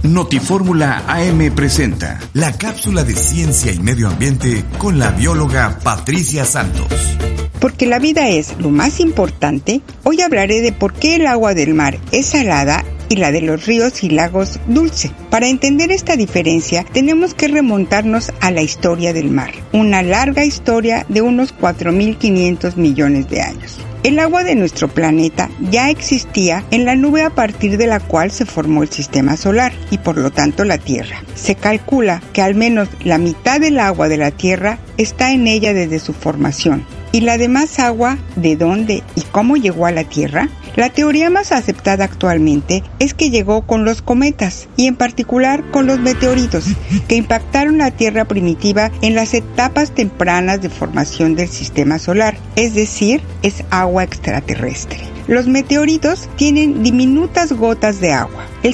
Notifórmula AM presenta la cápsula de ciencia y medio ambiente con la bióloga Patricia Santos. Porque la vida es lo más importante, hoy hablaré de por qué el agua del mar es salada y la de los ríos y lagos dulce. Para entender esta diferencia, tenemos que remontarnos a la historia del mar, una larga historia de unos 4.500 millones de años. El agua de nuestro planeta ya existía en la nube a partir de la cual se formó el sistema solar y por lo tanto la Tierra. Se calcula que al menos la mitad del agua de la Tierra está en ella desde su formación. ¿Y la demás agua de dónde y cómo llegó a la Tierra? La teoría más aceptada actualmente es que llegó con los cometas y en particular con los meteoritos que impactaron la Tierra primitiva en las etapas tempranas de formación del sistema solar, es decir, es agua extraterrestre. Los meteoritos tienen diminutas gotas de agua. El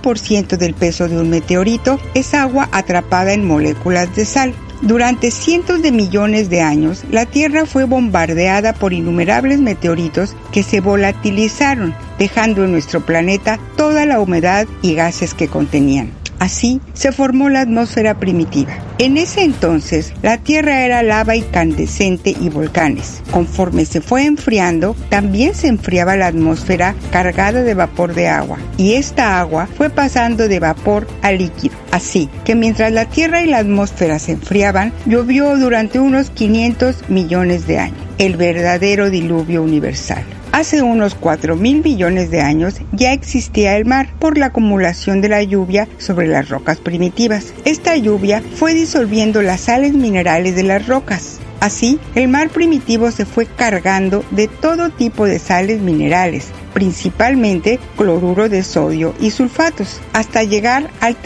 5% del peso de un meteorito es agua atrapada en moléculas de sal. Durante cientos de millones de años, la Tierra fue bombardeada por innumerables meteoritos que se volatilizaron, dejando en nuestro planeta toda la humedad y gases que contenían. Así se formó la atmósfera primitiva. En ese entonces, la Tierra era lava incandescente y volcanes. Conforme se fue enfriando, también se enfriaba la atmósfera cargada de vapor de agua, y esta agua fue pasando de vapor a líquido. Así que mientras la Tierra y la atmósfera se enfriaban, llovió durante unos 500 millones de años, el verdadero diluvio universal. Hace unos 4.000 millones de años ya existía el mar por la acumulación de la lluvia sobre las rocas primitivas. Esta lluvia fue disolviendo las sales minerales de las rocas. Así, el mar primitivo se fue cargando de todo tipo de sales minerales, principalmente cloruro de sodio y sulfatos, hasta llegar al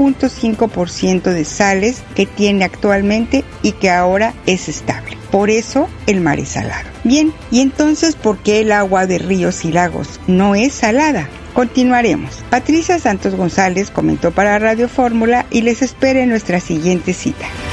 3.5% de sales que tiene actualmente y que ahora es estable. Por eso el mar es salado. Bien, ¿y entonces por qué el agua de ríos y lagos no es salada? Continuaremos. Patricia Santos González comentó para Radio Fórmula y les espera en nuestra siguiente cita.